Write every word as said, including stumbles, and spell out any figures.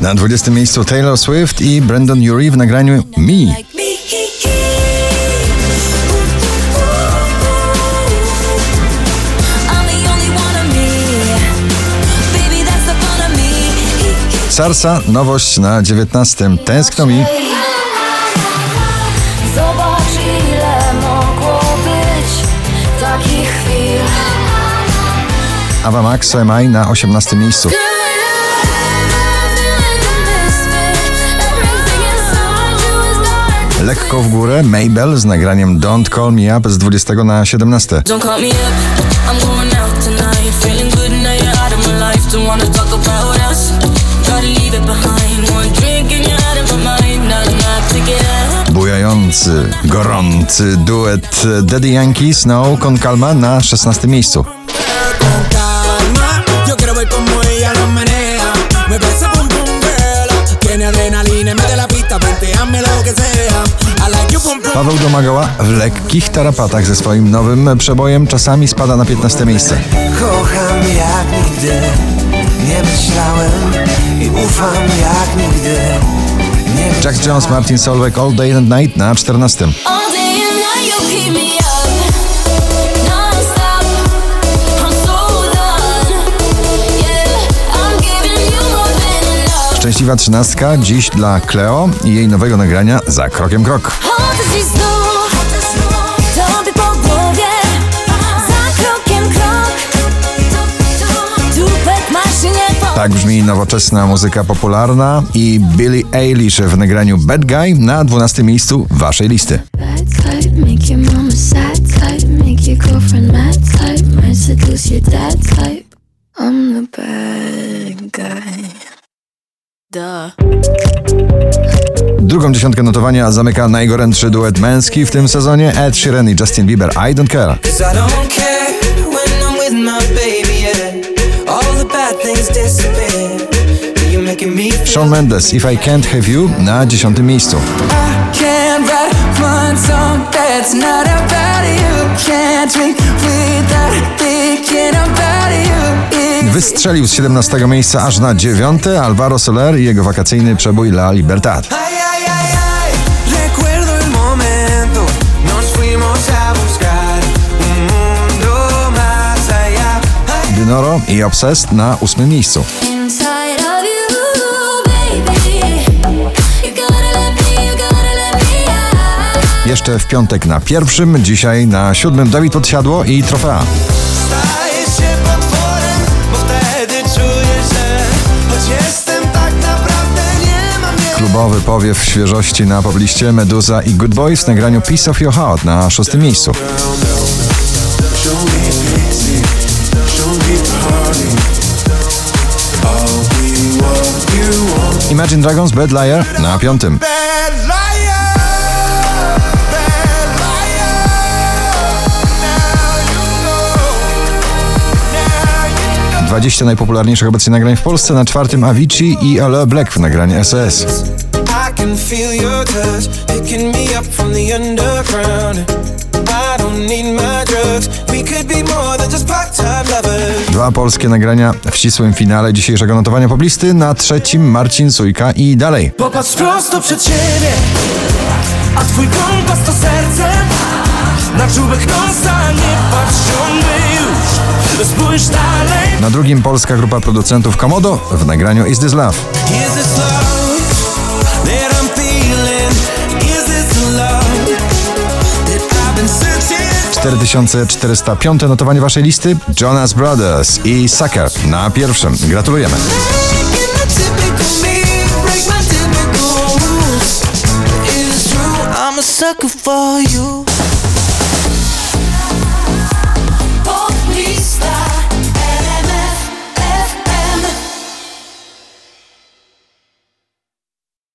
Na dwudziestym miejscu Taylor Swift i Brandon Urie w nagraniu Me. Sarsa, nowość na dziewiętnastym. Tęskno mi. Zobacz, ile mogło być takich chwil. Ava Max, So Am I na osiemnastym miejscu. Lekko w górę Mabel z nagraniem Don't Call Me Up z dwudziestego na siedemnaste. Bujający, gorący duet Daddy Yankee Snow con Calma na szesnastym miejscu. Paweł Domagała w lekkich tarapatach ze swoim nowym przebojem czasami spada na piętnaste miejsce. Kocham jak nigdy, nie myślałem i ufam jak nigdy. Jack Jones, Martin Solveig, All Day and Night na czternastym. Szczęśliwa trzynastka dziś dla Cleo i jej nowego nagrania Za krokiem krok. Tak brzmi nowoczesna muzyka popularna i Billie Eilish w nagraniu Bad Guy na dwunastym miejscu waszej listy. Drugą dziesiątkę notowania zamyka najgorętszy duet męski w tym sezonie Ed Sheeran i Justin Bieber, I Don't Care. Shawn Mendes, If I Can't Have You na dziesiątym miejscu. Wystrzelił z siedemnastego miejsca aż na dziewiąte Alvaro Soler i jego wakacyjny przebój La Libertad. Dinoro i Obsessed na ósmym miejscu. Jeszcze w piątek na pierwszym, dzisiaj na siódmym Dawid Podsiadło i Trofea. Klubowy powiew świeżości na pobliście Meduza i Good Boys w nagraniu Piece of Your Heart na szóstym miejscu. Imagine Dragons Bad Liar na piątym. dwadzieścia najpopularniejszych obecnie nagrań w Polsce, na czwartym Avicii i Ale Black w nagraniu S O S. Dwa polskie nagrania w ścisłym finale dzisiejszego notowania poblisty, na trzecim Marcin Sujka i Dalej. Popatrz prosto przed siebie, a twój kompas to serce. Na czubek nosa nie patrz ciągle już, spójrz dalej. Na drugim polska grupa producentów Komodo w nagraniu Is This Love. cztery tysiące czterysta piąte notowanie waszej listy Jonas Brothers i Sucker na pierwszym. Gratulujemy. I'm a sucker for you.